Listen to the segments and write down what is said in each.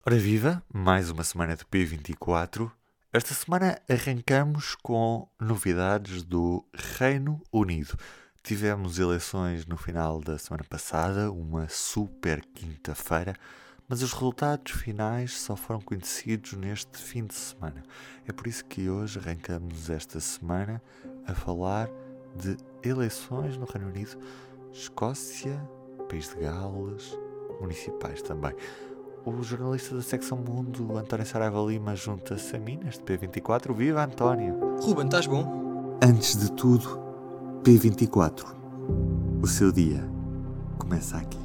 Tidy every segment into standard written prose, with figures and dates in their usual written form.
Ora viva, mais uma semana de P24. Esta semana arrancamos com novidades do Reino Unido. Tivemos eleições no final da semana passada, uma super quinta-feira, mas os resultados finais só foram conhecidos neste fim de semana. É por isso que hoje arrancamos esta semana a falar de eleições no Reino Unido, Escócia, País de Gales, municipais também. O jornalista da Secção Mundo, António Saraiva Lima, junta-se a mim neste P24. Viva, António! Ruben, estás bom? Antes de tudo, P24. O seu dia começa aqui.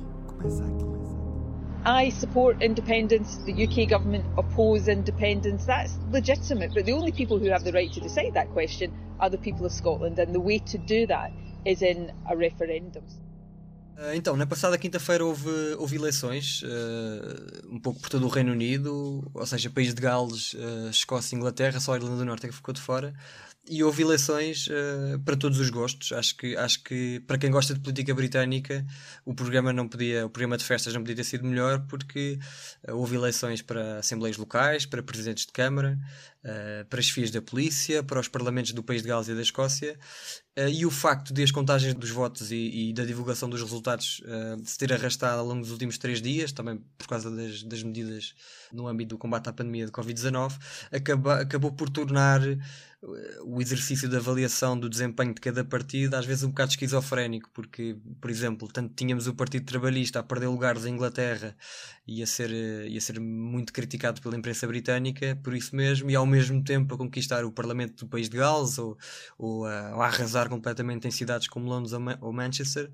I support independence. The UK government oppose independence. That's legitimate, but the only people who have the right to decide that question are the people of Scotland, and the way to do that is in a referendum. Então, na passada quinta-feira houve eleições, um pouco por todo o Reino Unido, ou seja, País de Gales, Escócia, Inglaterra, só a Irlanda do Norte é que ficou de fora. E houve eleições para todos os gostos. Acho que para quem gosta de política britânica, o programa de festas não podia ter sido melhor, porque houve eleições para assembleias locais, para presidentes de Câmara, para chefias da polícia, para os parlamentos do País de Gales e da Escócia. E o facto de as contagens dos votos e da divulgação dos resultados se ter arrastado ao longo dos últimos 3 dias, também por causa das medidas no âmbito do combate à pandemia de Covid-19, acabou por tornar o exercício de avaliação do desempenho de cada partido às vezes um bocado esquizofrénico, porque, por exemplo, tanto tínhamos o Partido Trabalhista a perder lugares em Inglaterra e a ser muito criticado pela imprensa britânica por isso mesmo, e ao mesmo tempo a conquistar o Parlamento do País de Gales ou a arrasar completamente em cidades como Londres ou Manchester.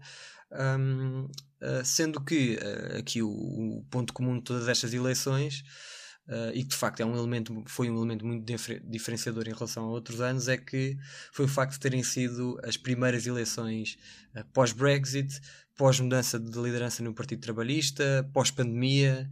Sendo que aqui o ponto comum de todas estas eleições, e que de facto foi um elemento muito diferenciador em relação a outros anos, é que foi o facto de terem sido as primeiras eleições pós-Brexit, pós-mudança de liderança no Partido Trabalhista, pós-pandemia.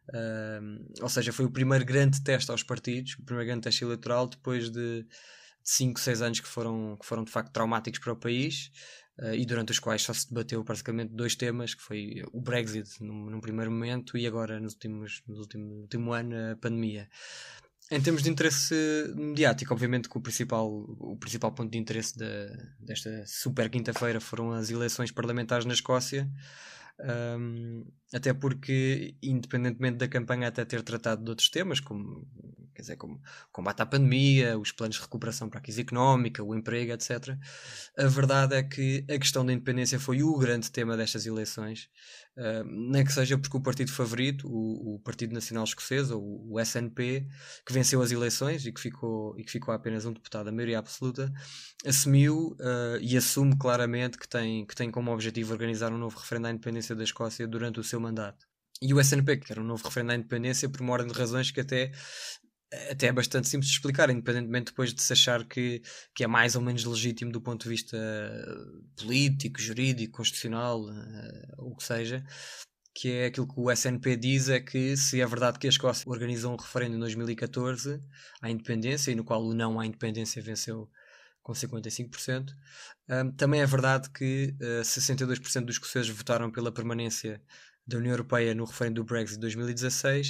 Ou seja, foi o primeiro grande teste aos partidos, o primeiro grande teste eleitoral depois de 5, 6 anos que foram de facto traumáticos para o país, e durante os quais só se debateu basicamente 2 temas, que foi o Brexit num primeiro momento e agora no último ano a pandemia. Em termos de interesse mediático, obviamente que o principal ponto de interesse desta super quinta-feira foram as eleições parlamentares na Escócia. Até porque, independentemente da campanha até ter tratado de outros temas, como combate à pandemia, os planos de recuperação para a crise económica, o emprego, etc., a verdade é que a questão da independência foi o grande tema destas eleições, nem que seja porque o partido favorito, o Partido Nacional Escocês, ou o SNP, que venceu as eleições e que ficou a apenas um deputado, a maioria absoluta, assumiu e assume claramente que tem como objetivo organizar um novo referendo à independência da Escócia durante o seu mandato. E o SNP, que era um novo referendo à independência, por uma ordem de razões que até é bastante simples de explicar, independentemente depois de se achar que é mais ou menos legítimo do ponto de vista político, jurídico, constitucional, ou o que seja, que é aquilo que o SNP diz, é que se é verdade que a Escócia organizou um referendo em 2014 à independência, e no qual o não à independência venceu com 55%, também é verdade que 62% dos escoceses votaram pela permanência da União Europeia no referendo do Brexit de 2016,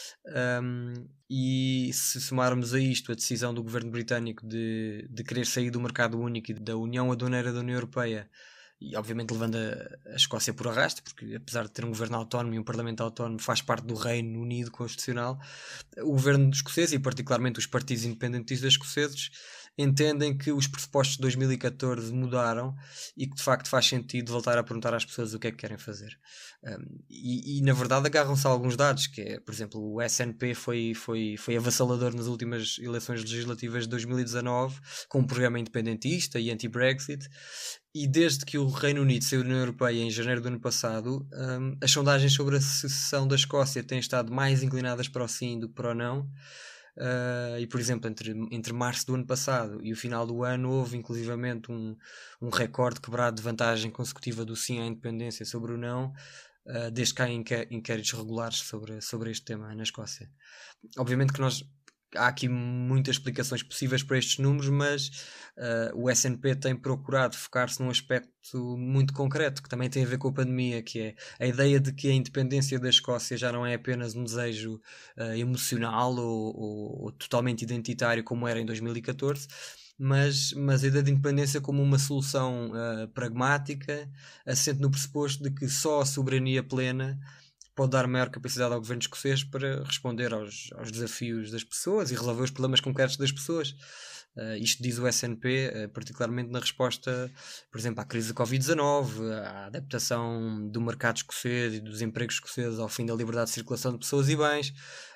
e se somarmos a isto a decisão do governo britânico de querer sair do mercado único e da União Aduaneira da União Europeia, e obviamente levando a Escócia por arrasto, porque apesar de ter um governo autónomo e um parlamento autónomo, faz parte do Reino Unido Constitucional, o governo escocês e particularmente os partidos independentistas escoceses entendem que os pressupostos de 2014 mudaram e que de facto faz sentido voltar a perguntar às pessoas o que é que querem fazer. E na verdade agarram-se a alguns dados, que é, por exemplo, o SNP foi avassalador nas últimas eleições legislativas de 2019 com um programa independentista e anti-Brexit, e desde que o Reino Unido saiu da União Europeia em janeiro do ano passado, as sondagens sobre a secessão da Escócia têm estado mais inclinadas para o sim do que para o não. E por exemplo, entre março do ano passado e o final do ano houve inclusivamente um recorde quebrado de vantagem consecutiva do sim à independência sobre o não, desde que há inquéritos regulares sobre este tema na Escócia. Obviamente que nós há aqui muitas explicações possíveis para estes números, mas o SNP tem procurado focar-se num aspecto muito concreto, que também tem a ver com a pandemia, que é a ideia de que a independência da Escócia já não é apenas um desejo emocional ou totalmente identitário como era em 2014, mas a ideia de independência como uma solução pragmática, assente no pressuposto de que só a soberania plena pode dar maior capacidade ao governo escocês para responder aos desafios das pessoas e resolver os problemas concretos das pessoas. Isto diz o SNP, particularmente na resposta, por exemplo, à crise da Covid-19, à adaptação do mercado escocês e dos empregos escoceses ao fim da liberdade de circulação de pessoas e bens,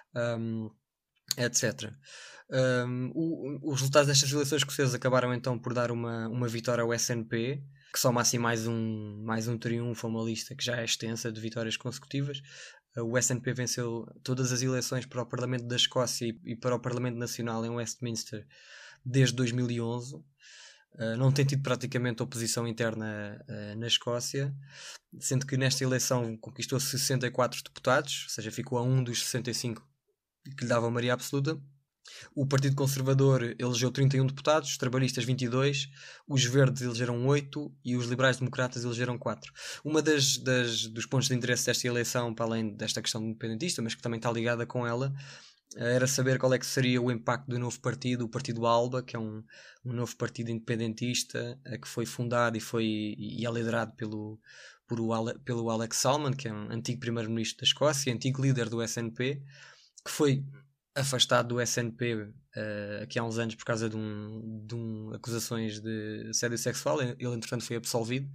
etc. Os resultados destas eleições escocesas acabaram então por dar uma vitória ao SNP, que soma assim mais um triunfo a uma lista que já é extensa de vitórias consecutivas. O SNP venceu todas as eleições para o Parlamento da Escócia e para o Parlamento Nacional em Westminster desde 2011. Não tem tido praticamente oposição interna na Escócia, sendo que nesta eleição conquistou 64 deputados, ou seja, ficou a um dos 65 que lhe dava a maioria absoluta. O Partido Conservador elegeu 31 deputados, os trabalhistas 22, os verdes elegeram 8 e os liberais-democratas elegeram 4. Uma dos pontos de interesse desta eleição, para além desta questão independentista, mas que também está ligada com ela, era saber qual é que seria o impacto do novo partido, o Partido ALBA, que é um novo partido independentista que foi fundado e é liderado pelo Alex Salmond, que é um antigo primeiro-ministro da Escócia, antigo líder do SNP, que foi afastado do SNP aqui há uns anos por causa de acusações de assédio sexual. Ele entretanto foi absolvido,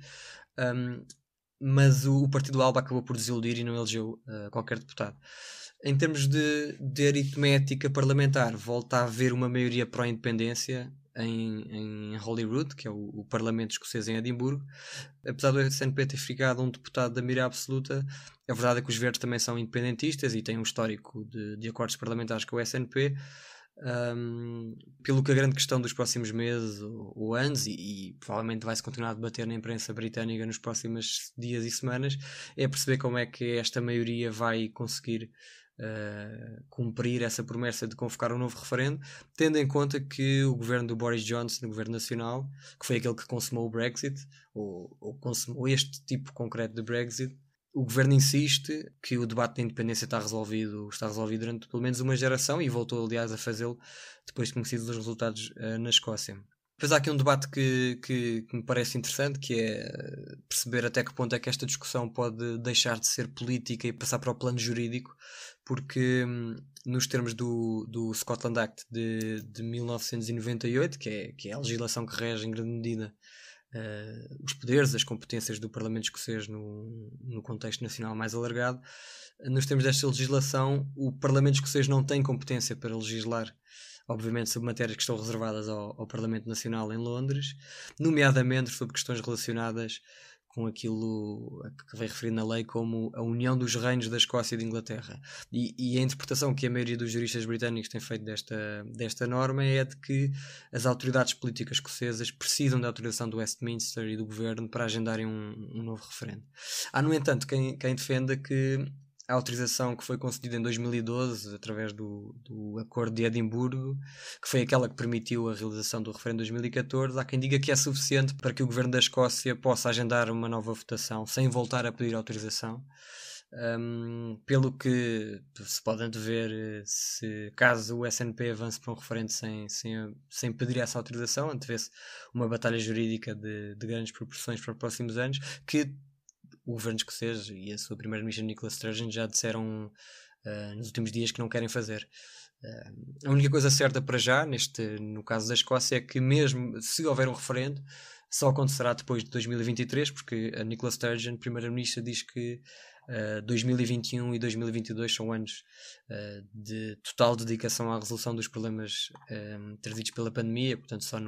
mas o partido ALBA acabou por desiludir e não elegeu qualquer deputado. Em termos de aritmética parlamentar, volta a haver uma maioria pró-independência em Holyrood, que é o Parlamento escocês em Edimburgo. Apesar do SNP ter ficado um deputado da maioria absoluta, a verdade é que os verdes também são independentistas e têm um histórico de acordos parlamentares com o SNP. Pelo que a grande questão dos próximos meses ou anos, e provavelmente vai-se continuar a debater na imprensa britânica nos próximos dias e semanas, é perceber como é que esta maioria vai conseguir cumprir essa promessa de convocar um novo referendo, tendo em conta que o governo do Boris Johnson, o governo nacional, que foi aquele que consumou o Brexit, ou consumou este tipo concreto de Brexit, o governo insiste que o debate da independência está resolvido durante pelo menos uma geração, e voltou aliás a fazê-lo depois de conhecidos os resultados na Escócia. Depois há aqui um debate que me parece interessante, que é perceber até que ponto é que esta discussão pode deixar de ser política e passar para o plano jurídico, porque nos termos do Scotland Act de 1998, que é a legislação que rege em grande medida os poderes, as competências do Parlamento escocês no contexto nacional mais alargado, nos termos desta legislação, o Parlamento escocês não tem competência para legislar, obviamente, sobre matérias que estão reservadas ao Parlamento Nacional em Londres, nomeadamente sobre questões relacionadas com aquilo que vem referido na lei como a união dos reinos da Escócia e de Inglaterra. E a interpretação que a maioria dos juristas britânicos tem feito desta norma é de que as autoridades políticas escocesas precisam da autorização do Westminster e do governo para agendarem um novo referendo. Há, no entanto, quem defenda que a autorização que foi concedida em 2012 através do Acordo de Edimburgo, que foi aquela que permitiu a realização do referendo de 2014, há quem diga que é suficiente para que o governo da Escócia possa agendar uma nova votação sem voltar a pedir autorização. Pelo que se pode antever, se caso o SNP avance para um referendo sem pedir essa autorização, antevê-se uma batalha jurídica de grandes proporções para os próximos anos, que o governo escocês e a sua primeira-ministra Nicola Sturgeon já disseram nos últimos dias que não querem fazer. A única coisa certa para já, no caso da Escócia, é que mesmo se houver um referendo, só acontecerá depois de 2023, porque a Nicola Sturgeon, primeira-ministra, diz que 2021 e 2022 são anos de total dedicação à resolução dos problemas trazidos pela pandemia, portanto só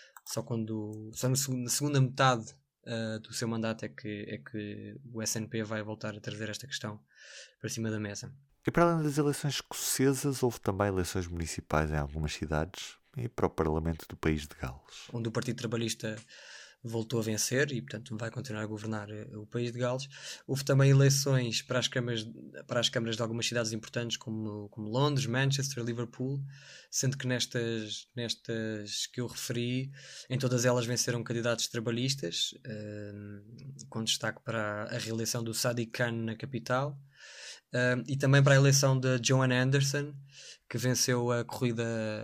na segunda metade do seu mandato é que o SNP vai voltar a trazer esta questão para cima da mesa. E para além das eleições escocesas, houve também eleições municipais em algumas cidades e para o Parlamento do país de Gales, onde o Partido Trabalhista voltou a vencer e, portanto, vai continuar a governar o país de Gales. Houve também eleições para as câmaras de algumas cidades importantes, como Londres, Manchester, Liverpool, sendo que nestas que eu referi, em todas elas venceram candidatos trabalhistas, com destaque para a reeleição do Sadiq Khan na capital, e também para a eleição de Joan Anderson, que venceu a corrida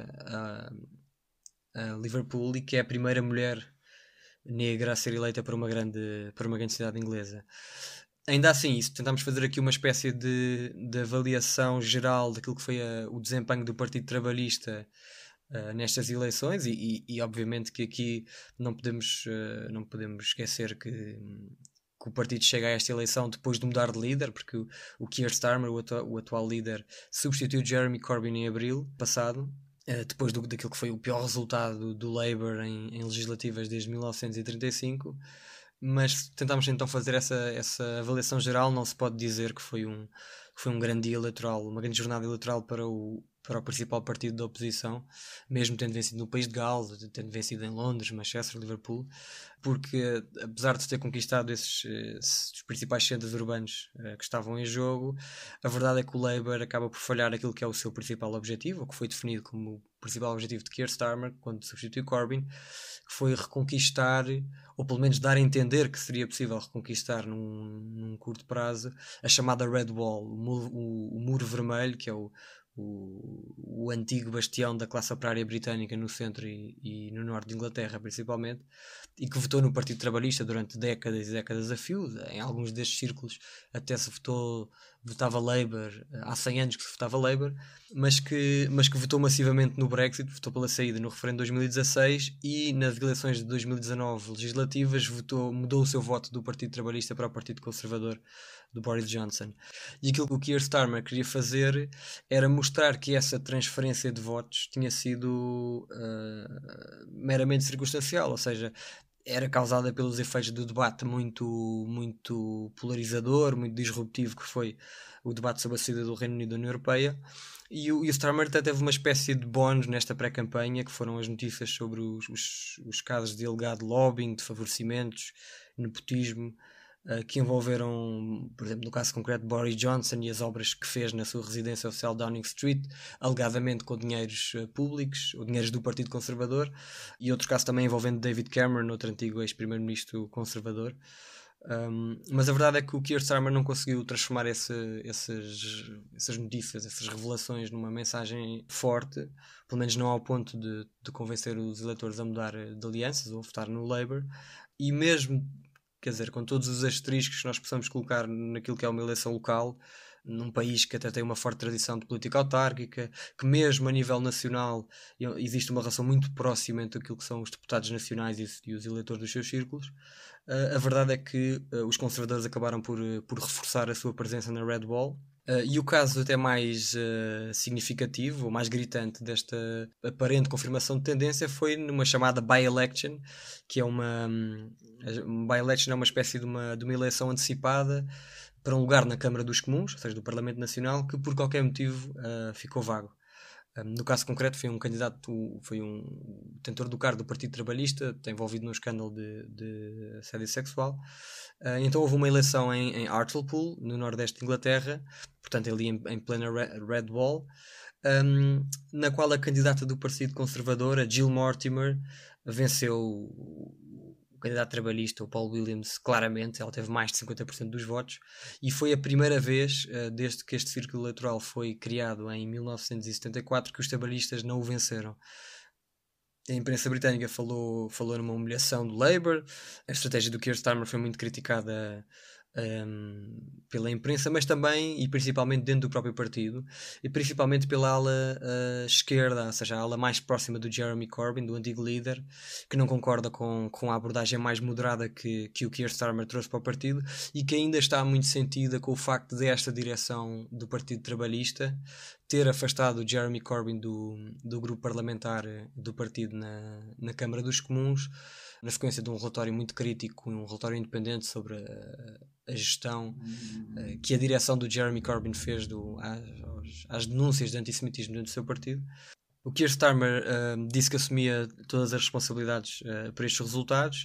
a Liverpool e que é a primeira mulher negra a ser eleita para uma grande cidade inglesa. Ainda assim, tentámos fazer aqui uma espécie de avaliação geral daquilo que foi o desempenho do Partido Trabalhista nestas eleições e obviamente que aqui não podemos esquecer que o partido chega a esta eleição depois de mudar de líder, porque o Keir Starmer, o atual líder, substituiu Jeremy Corbyn em abril passado, depois daquilo que foi o pior resultado do Labour em legislativas desde 1935. Mas tentámos então fazer essa avaliação geral. Não se pode dizer que foi um grande dia eleitoral, uma grande jornada eleitoral para o principal partido da oposição, mesmo tendo vencido no país de Gales, tendo vencido em Londres, Manchester, Liverpool, porque apesar de ter conquistado esses principais centros urbanos que estavam em jogo, a verdade é que o Labour acaba por falhar aquilo que é o seu principal objetivo, o que foi definido como o principal objetivo de Keir Starmer quando substituiu Corbyn, que foi reconquistar, ou pelo menos dar a entender que seria possível reconquistar num curto prazo, a chamada Red Wall, o muro vermelho, que é o antigo bastião da classe operária britânica no centro e no norte de Inglaterra principalmente, e que votou no Partido Trabalhista durante décadas e décadas a fio. Em alguns destes círculos até se votava Labour, há 100 anos que se votava Labour, mas que votou massivamente no Brexit, votou pela saída no referendo de 2016 e nas eleições de 2019 legislativas mudou o seu voto do Partido Trabalhista para o Partido Conservador do Boris Johnson. E aquilo que o Keir Starmer queria fazer era mostrar que essa transferência de votos tinha sido meramente circunstancial, ou seja, era causada pelos efeitos do debate muito polarizador, muito disruptivo que foi o debate sobre a saída do Reino Unido da União Europeia. E o Starmer até teve uma espécie de bónus nesta pré-campanha, que foram as notícias sobre os casos de alegado lobbying, de favorecimentos, nepotismo, que envolveram, por exemplo, no caso concreto de Boris Johnson e as obras que fez na sua residência oficial Downing Street, alegadamente com dinheiros públicos, ou dinheiros do Partido Conservador, e outro caso também envolvendo David Cameron, outro antigo ex-primeiro-ministro conservador. Mas a verdade é que o Keir Starmer não conseguiu transformar essas notícias, essas revelações numa mensagem forte, pelo menos não ao ponto de convencer os eleitores a mudar de alianças ou a votar no Labour. E mesmo, quer dizer, com todos os asteriscos que nós possamos colocar naquilo que é uma eleição local, num país que até tem uma forte tradição de política autárquica, que mesmo a nível nacional existe uma relação muito próxima entre aquilo que são os deputados nacionais e os eleitores dos seus círculos, a verdade é que os conservadores acabaram por reforçar a sua presença na Red Wall. E o caso até mais significativo, ou mais gritante desta aparente confirmação de tendência foi numa chamada by-election, que é uma by-election é uma espécie de uma eleição antecipada para um lugar na Câmara dos Comuns, ou seja, do Parlamento Nacional, que por qualquer motivo ficou vago. No caso concreto foi um detentor do cargo do Partido Trabalhista, está envolvido num escândalo de assédio sexual. Então houve uma eleição em Hartlepool, no nordeste de Inglaterra, portanto ali em plena Red Wall, na qual a candidata do Partido Conservador, a Jill Mortimer, venceu o candidato trabalhista, o Paul Williams, claramente. Ela teve mais de 50% dos votos e foi a primeira vez, desde que este círculo eleitoral foi criado em 1974, que os trabalhistas não o venceram. A imprensa britânica falou numa humilhação do Labour. A estratégia do Keir Starmer foi muito criticada pela imprensa, mas também e principalmente dentro do próprio partido, e principalmente pela ala esquerda, ou seja, a ala mais próxima do Jeremy Corbyn, do antigo líder, que não concorda com a abordagem mais moderada que o Keir Starmer trouxe para o partido e que ainda está muito sentida com o facto desta direção do Partido Trabalhista ter afastado o Jeremy Corbyn do grupo parlamentar do partido na Câmara dos Comuns, na sequência de um relatório muito crítico, um relatório independente sobre a gestão que a direção do Jeremy Corbyn fez às denúncias de antissemitismo dentro do seu partido. O Keir Starmer disse que assumia todas as responsabilidades por estes resultados,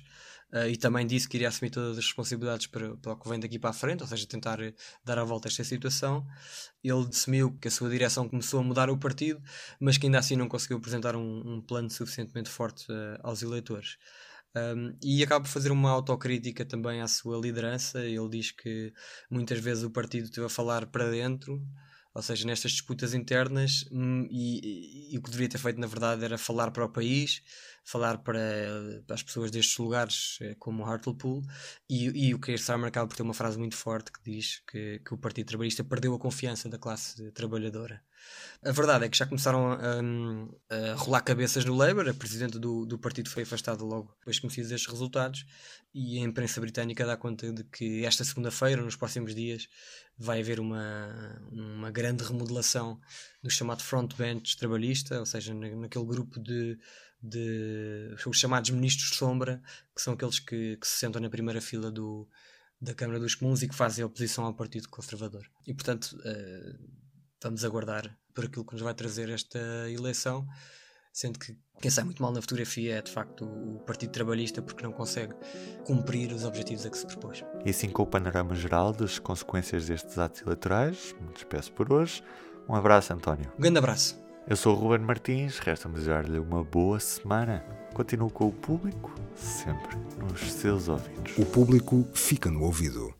e também disse que iria assumir todas as responsabilidades para o que vem daqui para a frente, ou seja, tentar dar a volta a esta situação. Ele assumiu que a sua direção começou a mudar o partido, mas que ainda assim não conseguiu apresentar um plano suficientemente forte aos eleitores. E acaba por fazer uma autocrítica também à sua liderança. Ele diz que muitas vezes o partido esteve a falar para dentro, ou seja, nestas disputas internas, e o que deveria ter feito na verdade era falar para o país, falar para as pessoas destes lugares como Hartlepool, e o Keir Starmer acaba por ter uma frase muito forte que diz que o Partido Trabalhista perdeu a confiança da classe trabalhadora. A verdade é que já começaram a rolar cabeças no Labour. A presidente do partido foi afastada logo depois de conhecidos estes resultados, e a imprensa britânica dá conta de que esta segunda-feira, nos próximos dias, vai haver uma grande remodelação do chamado frontbench trabalhista, ou seja, naquele grupo de os chamados ministros de sombra, que são aqueles que se sentam na primeira fila da Câmara dos Comuns e que fazem oposição ao Partido Conservador. E portanto vamos aguardar por aquilo que nos vai trazer esta eleição, sendo que quem sai muito mal na fotografia é de facto o Partido Trabalhista, porque não consegue cumprir os objetivos a que se propôs. E assim, com o panorama geral das consequências destes atos eleitorais, me despeço por hoje. Um abraço, António. Um grande abraço. Eu sou o Ruben Martins, resta-me desejar-lhe uma boa semana. Continuo com o público, sempre nos seus ouvidos. O público fica no ouvido.